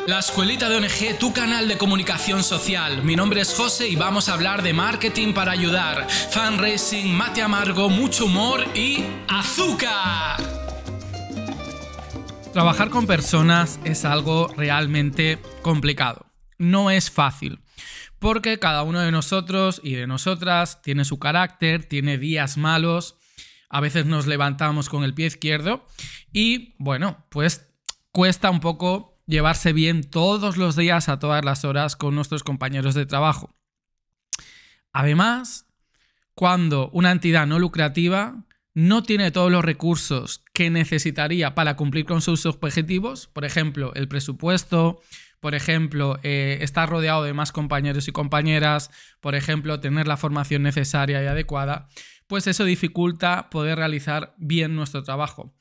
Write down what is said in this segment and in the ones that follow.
La Escuelita de ONG, tu canal de comunicación social. Mi nombre es José y vamos a hablar de marketing para ayudar, fundraising, mate amargo, mucho humor y azúcar. Trabajar con personas es algo realmente complicado. No es fácil, porque cada uno de nosotros y de nosotras tiene su carácter, tiene días malos, a veces nos levantamos con el pie izquierdo y, bueno, pues cuesta un poco llevarse bien todos los días a todas las horas con nuestros compañeros de trabajo. Además, cuando una entidad no lucrativa no tiene todos los recursos que necesitaría para cumplir con sus objetivos, por ejemplo, el presupuesto, por ejemplo, estar rodeado de más compañeros y compañeras, por ejemplo, tener la formación necesaria y adecuada, pues eso dificulta poder realizar bien nuestro trabajo.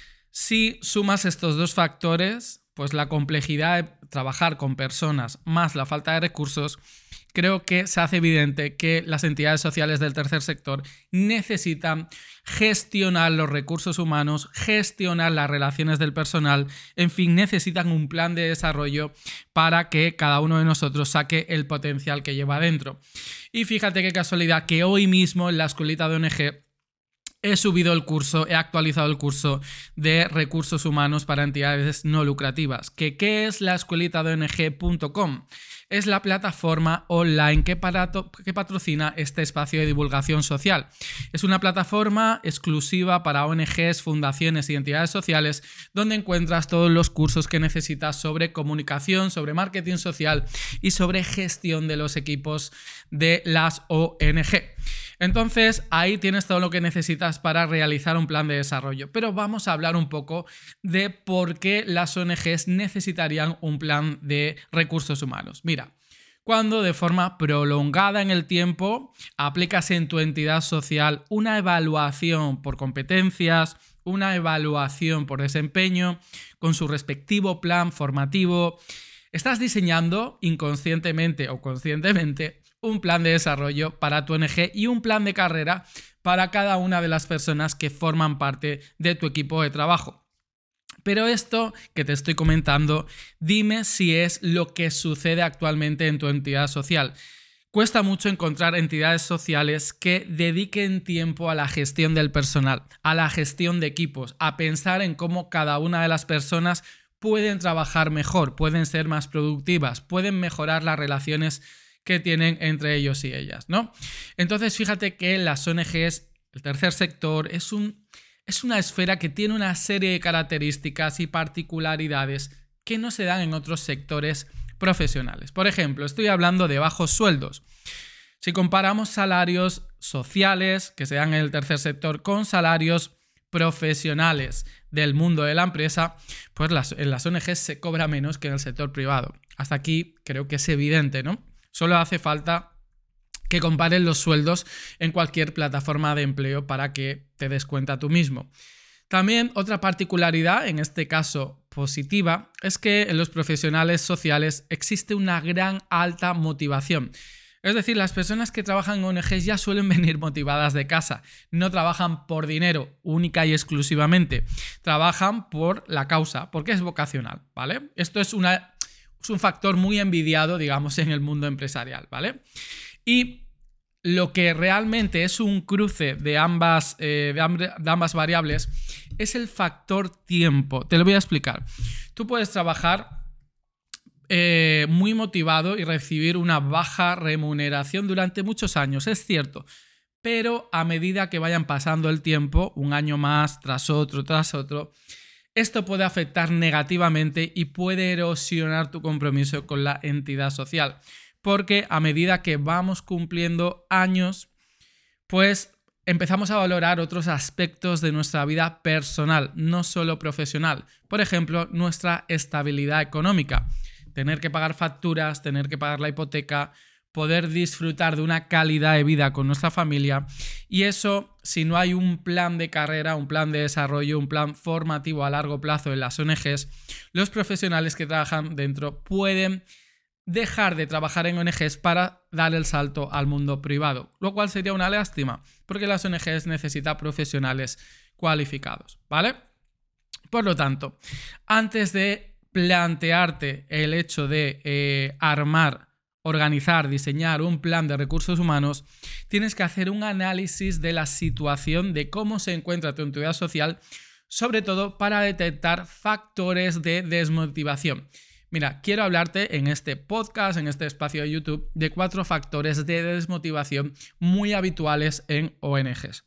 Si sumas estos dos factores, pues la complejidad de trabajar con personas más la falta de recursos, creo que se hace evidente que las entidades sociales del tercer sector necesitan gestionar los recursos humanos, gestionar las relaciones del personal, en fin, necesitan un plan de desarrollo para que cada uno de nosotros saque el potencial que lleva dentro. Y fíjate qué casualidad que hoy mismo en la Escuelita de ONG he subido el curso, he actualizado el curso de recursos humanos para entidades no lucrativas. ¿Qué es la escuelitadeong.com? Es la plataforma online que patrocina este espacio de divulgación social. Es una plataforma exclusiva para ONGs, fundaciones y entidades sociales donde encuentras todos los cursos que necesitas sobre comunicación, sobre marketing social y sobre gestión de los equipos de las ONG. Entonces, ahí tienes todo lo que necesitas para realizar un plan de desarrollo. Pero vamos a hablar un poco de por qué las ONGs necesitarían un plan de recursos humanos. Mira, cuando de forma prolongada en el tiempo aplicas en tu entidad social una evaluación por competencias, una evaluación por desempeño, con su respectivo plan formativo, estás diseñando inconscientemente o conscientemente un plan de desarrollo para tu ONG y un plan de carrera para cada una de las personas que forman parte de tu equipo de trabajo. Pero esto que te estoy comentando, dime si es lo que sucede actualmente en tu entidad social. Cuesta mucho encontrar entidades sociales que dediquen tiempo a la gestión del personal, a la gestión de equipos, a pensar en cómo cada una de las personas pueden trabajar mejor, pueden ser más productivas, pueden mejorar las relaciones que tienen entre ellos y ellas, ¿no? Entonces, fíjate que las ONGs, el tercer sector, es una esfera que tiene una serie de características y particularidades que no se dan en otros sectores profesionales. Por ejemplo, estoy hablando de bajos sueldos. Si comparamos salarios sociales que se dan en el tercer sector con salarios profesionales del mundo de la empresa, pues en las ONGs se cobra menos que en el sector privado. Hasta aquí creo que es evidente, ¿no? Solo hace falta que compares los sueldos en cualquier plataforma de empleo para que te des cuenta tú mismo. También otra particularidad, en este caso positiva, es que en los profesionales sociales existe una gran alta motivación. Es decir, las personas que trabajan en ONGs ya suelen venir motivadas de casa. No trabajan por dinero única y exclusivamente. Trabajan por la causa, porque es vocacional, ¿vale? Esto es un factor muy envidiado, digamos, en el mundo empresarial, ¿vale? Y lo que realmente es un cruce de ambas variables es el factor tiempo. Te lo voy a explicar. Tú puedes trabajar muy motivado y recibir una baja remuneración durante muchos años, es cierto, pero a medida que vayan pasando el tiempo, un año más tras otro, esto puede afectar negativamente y puede erosionar tu compromiso con la entidad social, porque a medida que vamos cumpliendo años, pues empezamos a valorar otros aspectos de nuestra vida personal, no solo profesional. Por ejemplo, nuestra estabilidad económica, tener que pagar facturas, tener que pagar la hipoteca, poder disfrutar de una calidad de vida con nuestra familia, y eso, si no hay un plan de carrera, un plan de desarrollo, un plan formativo a largo plazo en las ONGs, los profesionales que trabajan dentro pueden dejar de trabajar en ONGs para dar el salto al mundo privado, lo cual sería una lástima, porque las ONGs necesitan profesionales cualificados, ¿vale? Por lo tanto, antes de plantearte el hecho de armar, organizar, diseñar un plan de recursos humanos, tienes que hacer un análisis de la situación, de cómo se encuentra tu entidad social, sobre todo para detectar factores de desmotivación. Mira, quiero hablarte en este podcast, en este espacio de YouTube, de 4 factores de desmotivación muy habituales en ONGs.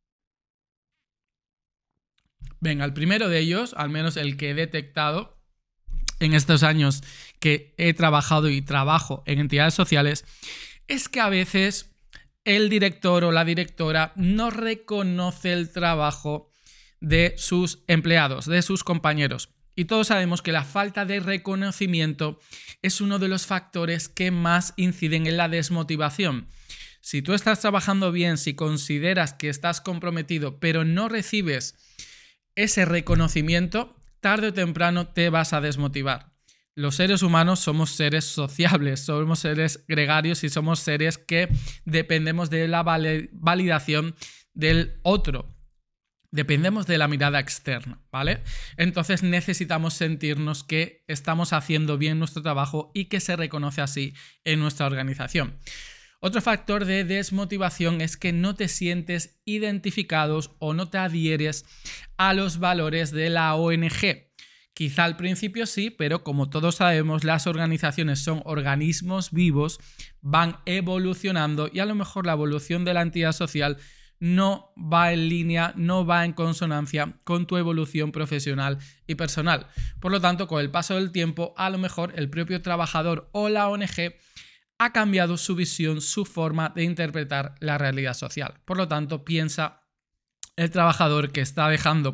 Venga, el primero de ellos, al menos el que he detectado en estos años que he trabajado y trabajo en entidades sociales, es que a veces el director o la directora no reconoce el trabajo de sus empleados, de sus compañeros. Y todos sabemos que la falta de reconocimiento es uno de los factores que más inciden en la desmotivación. Si tú estás trabajando bien, si consideras que estás comprometido, pero no recibes ese reconocimiento, tarde o temprano te vas a desmotivar. Los seres humanos somos seres sociables, somos seres gregarios y somos seres que dependemos de la validación del otro. Dependemos de la mirada externa, ¿vale? Entonces necesitamos sentirnos que estamos haciendo bien nuestro trabajo y que se reconoce así en nuestra organización. Otro factor de desmotivación es que no te sientes identificados o no te adhieres a los valores de la ONG. Quizá al principio sí, pero como todos sabemos, las organizaciones son organismos vivos, van evolucionando y a lo mejor la evolución de la entidad social no va en línea, no va en consonancia con tu evolución profesional y personal. Por lo tanto, con el paso del tiempo, a lo mejor el propio trabajador o la ONG ha cambiado su visión, su forma de interpretar la realidad social. Por lo tanto, piensa el trabajador que está dejando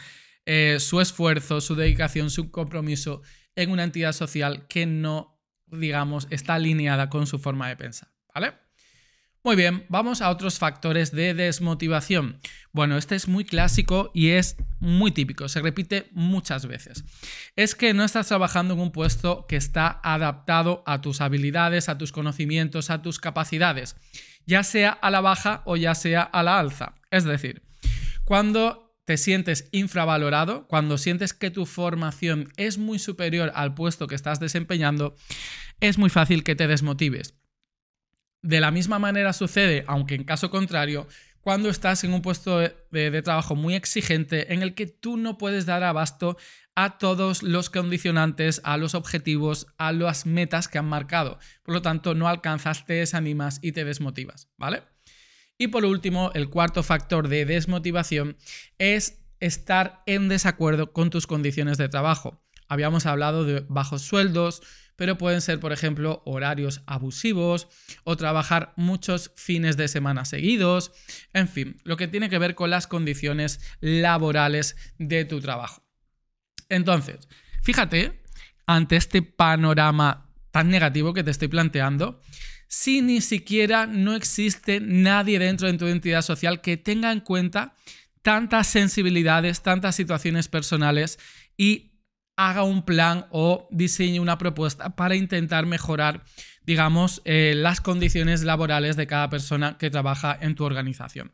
su esfuerzo, su dedicación, su compromiso en una entidad social que no, digamos, está alineada con su forma de pensar, ¿vale? Muy bien, vamos a otros factores de desmotivación. Bueno, este es muy clásico y es muy típico, se repite muchas veces. Es que no estás trabajando en un puesto que está adaptado a tus habilidades, a tus conocimientos, a tus capacidades, ya sea a la baja o ya sea a la alza. Es decir, cuando te sientes infravalorado, cuando sientes que tu formación es muy superior al puesto que estás desempeñando, es muy fácil que te desmotives. De la misma manera sucede, aunque en caso contrario, cuando estás en un puesto de trabajo muy exigente en el que tú no puedes dar abasto a todos los condicionantes, a los objetivos, a las metas que han marcado. Por lo tanto, no alcanzas, te desanimas y te desmotivas, ¿vale? Y por último, el cuarto factor de desmotivación es estar en desacuerdo con tus condiciones de trabajo. Habíamos hablado de bajos sueldos, pero pueden ser, por ejemplo, horarios abusivos o trabajar muchos fines de semana seguidos, en fin, lo que tiene que ver con las condiciones laborales de tu trabajo. Entonces, fíjate, ante este panorama tan negativo que te estoy planteando, si ni siquiera no existe nadie dentro de tu entidad social que tenga en cuenta tantas sensibilidades, tantas situaciones personales y haga un plan o diseñe una propuesta para intentar mejorar, digamos, las condiciones laborales de cada persona que trabaja en tu organización.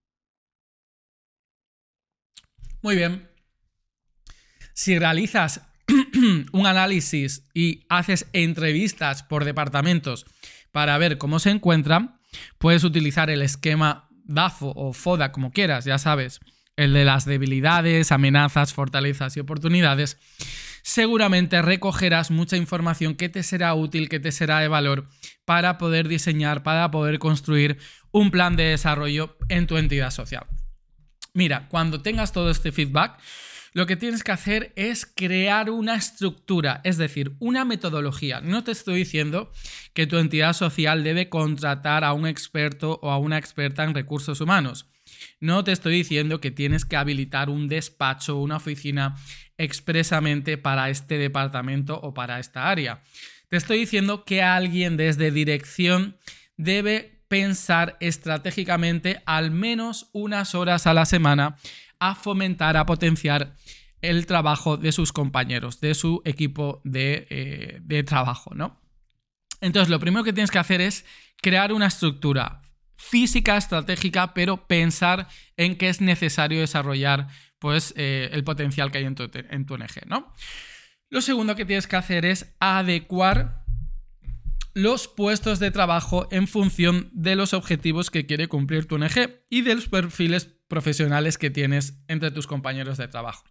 Muy bien. Si realizas un análisis y haces entrevistas por departamentos para ver cómo se encuentran, puedes utilizar el esquema DAFO o FODA, como quieras, ya sabes. El de las debilidades, amenazas, fortalezas y oportunidades, seguramente recogerás mucha información que te será útil, que te será de valor para poder diseñar, para poder construir un plan de desarrollo en tu entidad social. Mira, cuando tengas todo este feedback, lo que tienes que hacer es crear una estructura, es decir, una metodología. No te estoy diciendo que tu entidad social debe contratar a un experto o a una experta en recursos humanos. No te estoy diciendo que tienes que habilitar un despacho o una oficina expresamente para este departamento o para esta área. Te estoy diciendo que alguien desde dirección debe pensar estratégicamente al menos unas horas a la semana a fomentar, a potenciar el trabajo de sus compañeros, de su equipo de trabajo, ¿no? Entonces, lo primero que tienes que hacer es crear una estructura física, estratégica, pero pensar en que es necesario desarrollar el potencial que hay en tu ONG, ¿no? Lo segundo que tienes que hacer es adecuar los puestos de trabajo en función de los objetivos que quiere cumplir tu ONG y de los perfiles profesionales que tienes entre tus compañeros de trabajo.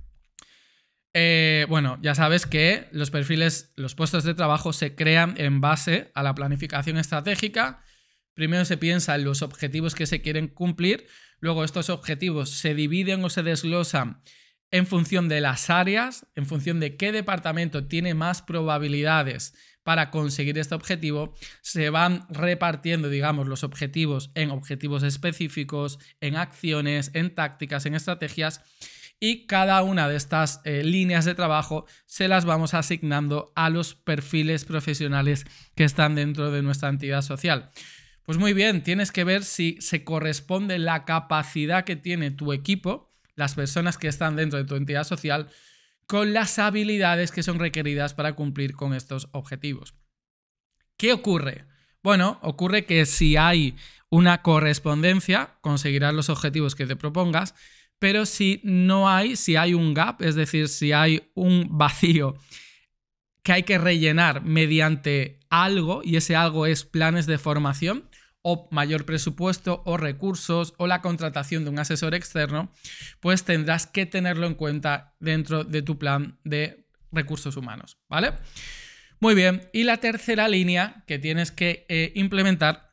Bueno, ya sabes que los puestos de trabajo se crean en base a la planificación estratégica. Primero se piensa en los objetivos que se quieren cumplir, luego estos objetivos se dividen o se desglosan en función de las áreas, en función de qué departamento tiene más probabilidades para conseguir este objetivo, se van repartiendo, digamos, los objetivos en objetivos específicos, en acciones, en tácticas, en estrategias, y cada una de estas líneas de trabajo se las vamos asignando a los perfiles profesionales que están dentro de nuestra entidad social. Pues muy bien, tienes que ver si se corresponde la capacidad que tiene tu equipo, las personas que están dentro de tu entidad social, con las habilidades que son requeridas para cumplir con estos objetivos. ¿Qué ocurre? Bueno, ocurre que si hay una correspondencia, conseguirás los objetivos que te propongas, pero si hay un gap, es decir, si hay un vacío que hay que rellenar mediante algo, y ese algo es planes de formación, o mayor presupuesto, o recursos, o la contratación de un asesor externo, pues tendrás que tenerlo en cuenta dentro de tu plan de recursos humanos, ¿vale? Muy bien, y la tercera línea que tienes que implementar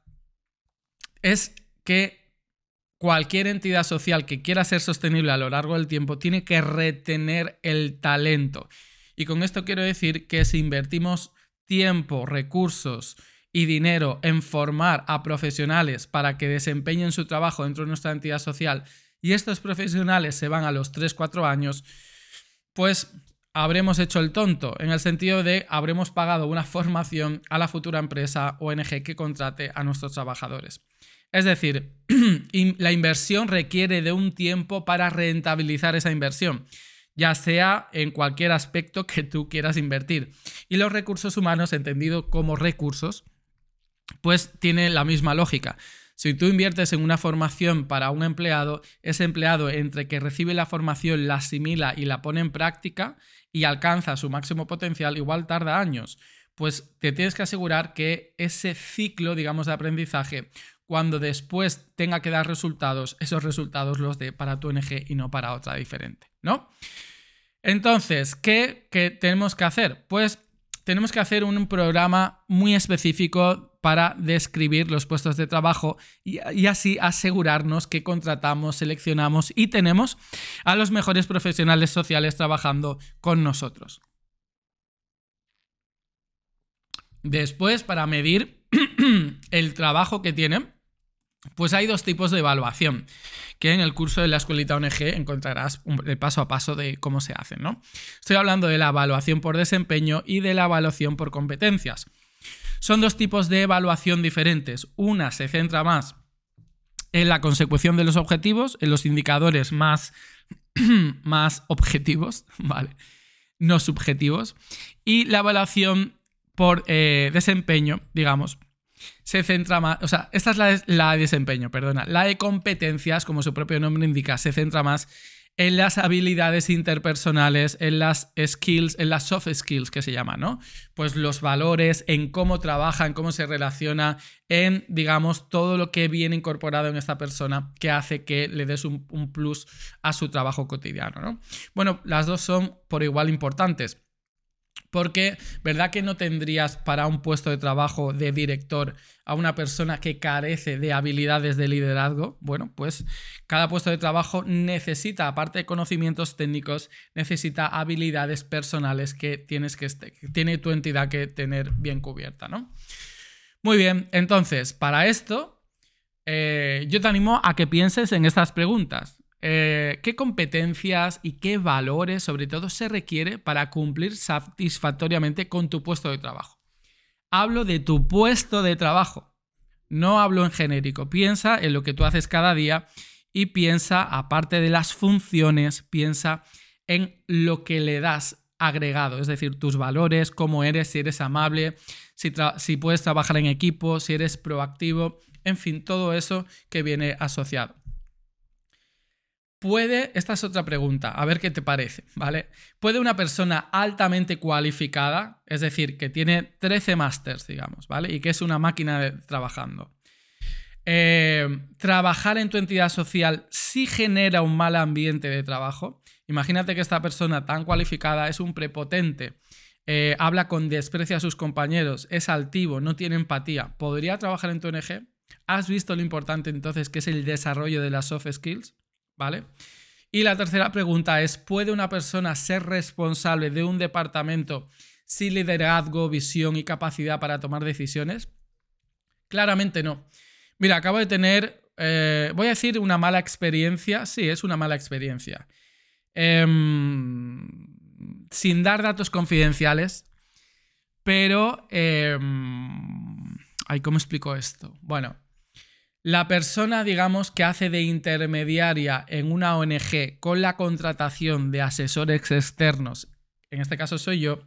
es que cualquier entidad social que quiera ser sostenible a lo largo del tiempo tiene que retener el talento. Y con esto quiero decir que si invertimos tiempo, recursos y dinero en formar a profesionales para que desempeñen su trabajo dentro de nuestra entidad social y estos profesionales se van a los 3-4 años, pues habremos hecho el tonto, en el sentido de habremos pagado una formación a la futura empresa ONG que contrate a nuestros trabajadores. Es decir, la inversión requiere de un tiempo para rentabilizar esa inversión, ya sea en cualquier aspecto que tú quieras invertir. Y los recursos humanos, entendido como recursos, pues tiene la misma lógica. Si tú inviertes en una formación para un empleado, ese empleado entre que recibe la formación, la asimila y la pone en práctica y alcanza su máximo potencial, igual tarda años. Pues te tienes que asegurar que ese ciclo, digamos, de aprendizaje, cuando después tenga que dar resultados, esos resultados los dé para tu ONG y no para otra diferente, ¿no? Entonces, ¿qué tenemos que hacer? Pues tenemos que hacer un programa muy específico para describir los puestos de trabajo y así asegurarnos que contratamos, seleccionamos y tenemos a los mejores profesionales sociales trabajando con nosotros. Después, para medir el trabajo que tienen, pues hay dos tipos de evaluación que en el curso de la Escuelita ONG encontrarás el paso a paso de cómo se hacen, ¿no? Estoy hablando de la evaluación por desempeño y de la evaluación por competencias. Son dos tipos de evaluación diferentes. Una se centra más en la consecución de los objetivos, en los indicadores más objetivos, ¿vale? No subjetivos. Y la evaluación por desempeño, digamos, se centra más, o sea, esta es la de desempeño, perdona. La de competencias, como su propio nombre indica, se centra más en las habilidades interpersonales, en las skills, en las soft skills que se llaman, ¿no? Pues los valores, en cómo trabaja, en cómo se relaciona, en, digamos, todo lo que viene incorporado en esta persona que hace que le des un plus a su trabajo cotidiano, ¿no? Bueno, las dos son por igual importantes. Porque, ¿verdad que no tendrías para un puesto de trabajo de director a una persona que carece de habilidades de liderazgo? Bueno, pues cada puesto de trabajo necesita, aparte de conocimientos técnicos, necesita habilidades personales que tiene tu entidad que tener bien cubierta, ¿no? Muy bien, entonces, para esto, yo te animo a que pienses en estas preguntas. ¿Qué competencias y qué valores, sobre todo, se requiere para cumplir satisfactoriamente con tu puesto de trabajo? Hablo de tu puesto de trabajo, no hablo en genérico. Piensa en lo que tú haces cada día y piensa, aparte de las funciones, piensa en lo que le das agregado, es decir, tus valores, cómo eres, si eres amable, si puedes trabajar en equipo, si eres proactivo, en fin, todo eso que viene asociado. esta es otra pregunta, a ver qué te parece, ¿vale? ¿Puede una persona altamente cualificada, es decir, que tiene 13 másters, digamos, ¿vale? Y que es una máquina trabajando, trabajar en tu entidad social si genera un mal ambiente de trabajo? Imagínate que esta persona tan cualificada es un prepotente, habla con desprecio a sus compañeros, es altivo, no tiene empatía. ¿Podría trabajar en tu ONG? ¿Has visto lo importante entonces que es el desarrollo de las soft skills? ¿Vale? Y la tercera pregunta es, ¿puede una persona ser responsable de un departamento sin liderazgo, visión y capacidad para tomar decisiones? Claramente no. Mira, acabo de tener, voy a decir una mala experiencia. Sí, es una mala experiencia. Sin dar datos confidenciales, pero... ¿cómo explico esto? Bueno, la persona, digamos, que hace de intermediaria en una ONG con la contratación de asesores externos, en este caso soy yo,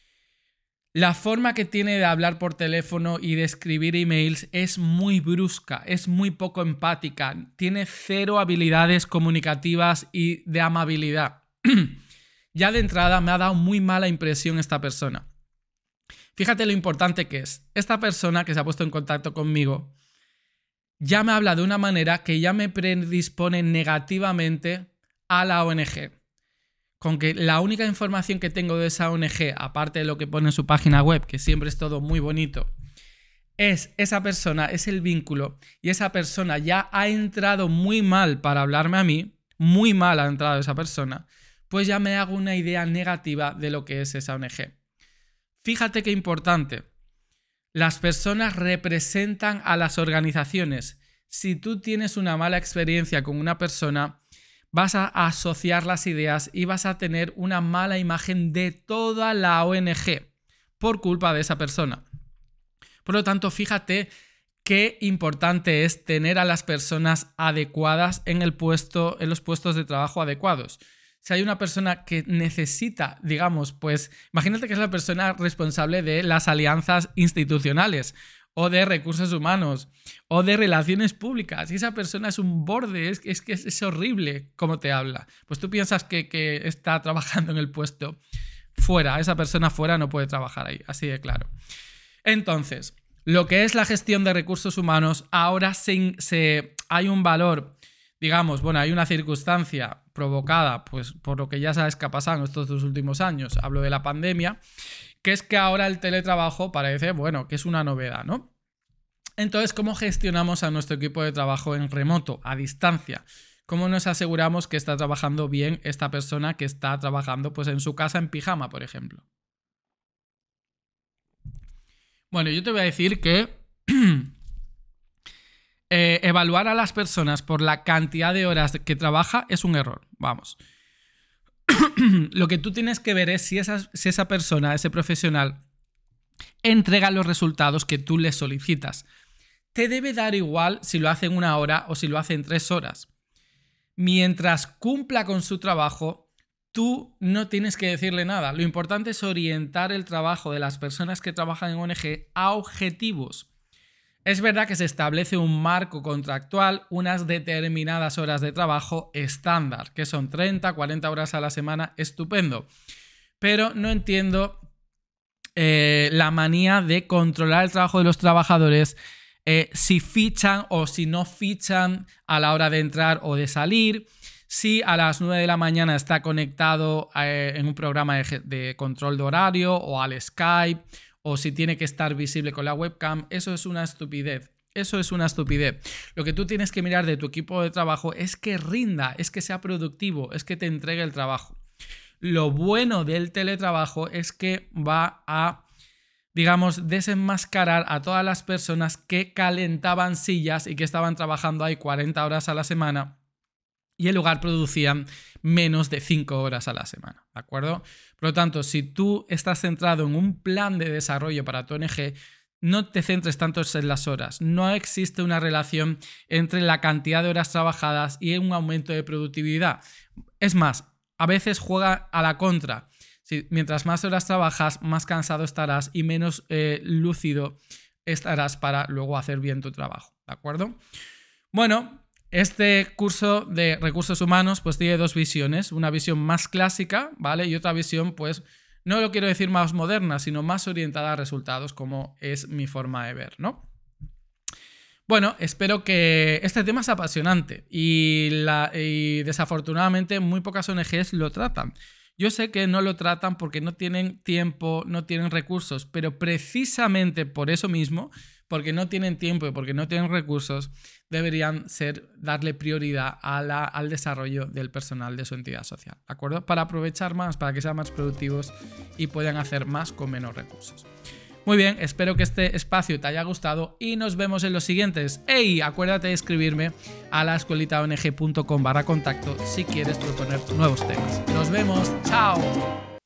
la forma que tiene de hablar por teléfono y de escribir emails es muy brusca, es muy poco empática, tiene cero habilidades comunicativas y de amabilidad. Ya de entrada me ha dado muy mala impresión esta persona. Fíjate lo importante que es. Esta persona que se ha puesto en contacto conmigo ya me habla de una manera que ya me predispone negativamente a la ONG. Con que la única información que tengo de esa ONG, aparte de lo que pone en su página web, que siempre es todo muy bonito, es esa persona, es el vínculo, y esa persona ya ha entrado muy mal para hablarme a mí, muy mal ha entrado esa persona, pues ya me hago una idea negativa de lo que es esa ONG. Fíjate qué importante. Las personas representan a las organizaciones. Si tú tienes una mala experiencia con una persona, vas a asociar las ideas y vas a tener una mala imagen de toda la ONG por culpa de esa persona. Por lo tanto, fíjate qué importante es tener a las personas adecuadas en los puestos de trabajo adecuados. Si hay una persona que necesita, digamos, pues imagínate que es la persona responsable de las alianzas institucionales o de recursos humanos o de relaciones públicas, y esa persona es un borde, es que es horrible cómo te habla. Pues tú piensas que está trabajando en el puesto fuera, esa persona fuera no puede trabajar ahí, así de claro. Entonces, lo que es la gestión de recursos humanos, ahora hay un valor, digamos, bueno, hay una circunstancia provocada pues, por lo que ya sabes que ha pasado en estos 2 últimos años, hablo de la pandemia, que es que ahora el teletrabajo parece, bueno, que es una novedad, ¿no? Entonces, ¿cómo gestionamos a nuestro equipo de trabajo en remoto, a distancia? ¿Cómo nos aseguramos que está trabajando bien esta persona que está trabajando pues, en su casa en pijama, por ejemplo? Bueno, yo te voy a decir que evaluar a las personas por la cantidad de horas que trabaja es un error, vamos. Lo que tú tienes que ver es si esa persona, ese profesional, entrega los resultados que tú le solicitas. Te debe dar igual si lo hace en 1 hora o si lo hace en 3 horas. Mientras cumpla con su trabajo, tú no tienes que decirle nada. Lo importante es orientar el trabajo de las personas que trabajan en ONG a objetivos. Es verdad que se establece un marco contractual, unas determinadas horas de trabajo estándar, que son 30, 40 horas a la semana, estupendo. Pero no entiendo la manía de controlar el trabajo de los trabajadores, si fichan o si no fichan a la hora de entrar o de salir, si a las 9 de la mañana está conectado en un programa de control de horario o al Skype, o si tiene que estar visible con la webcam. Eso es una estupidez. Eso es una estupidez. Lo que tú tienes que mirar de tu equipo de trabajo es que rinda, es que sea productivo, es que te entregue el trabajo. Lo bueno del teletrabajo es que va a, digamos, desenmascarar a todas las personas que calentaban sillas y que estaban trabajando ahí 40 horas a la semana y en lugar producían menos de 5 horas a la semana, ¿de acuerdo? Por lo tanto, si tú estás centrado en un plan de desarrollo para tu ONG, no te centres tanto en las horas. No existe una relación entre la cantidad de horas trabajadas y un aumento de productividad. Es más, a veces juega a la contra. Mientras más horas trabajas, más cansado estarás y menos lúcido estarás para luego hacer bien tu trabajo, ¿de acuerdo? Bueno, Este curso de recursos humanos pues tiene dos visiones, una visión más clásica, ¿vale? Y otra visión pues, no lo quiero decir más moderna, sino más orientada a resultados, como es mi forma de ver, ¿no? Bueno, espero que este tema es apasionante y desafortunadamente muy pocas ONGs lo tratan. Yo sé que no lo tratan porque no tienen tiempo, no tienen recursos, pero precisamente por eso mismo, porque no tienen tiempo y porque no tienen recursos, deberían darle prioridad al desarrollo del personal de su entidad social, ¿de acuerdo? Para aprovechar más, para que sean más productivos y puedan hacer más con menos recursos. Muy bien, espero que este espacio te haya gustado y nos vemos en los siguientes. ¡Ey! Acuérdate de escribirme a laescuelitaong.com/contacto si quieres proponer nuevos temas. Nos vemos. ¡Chao!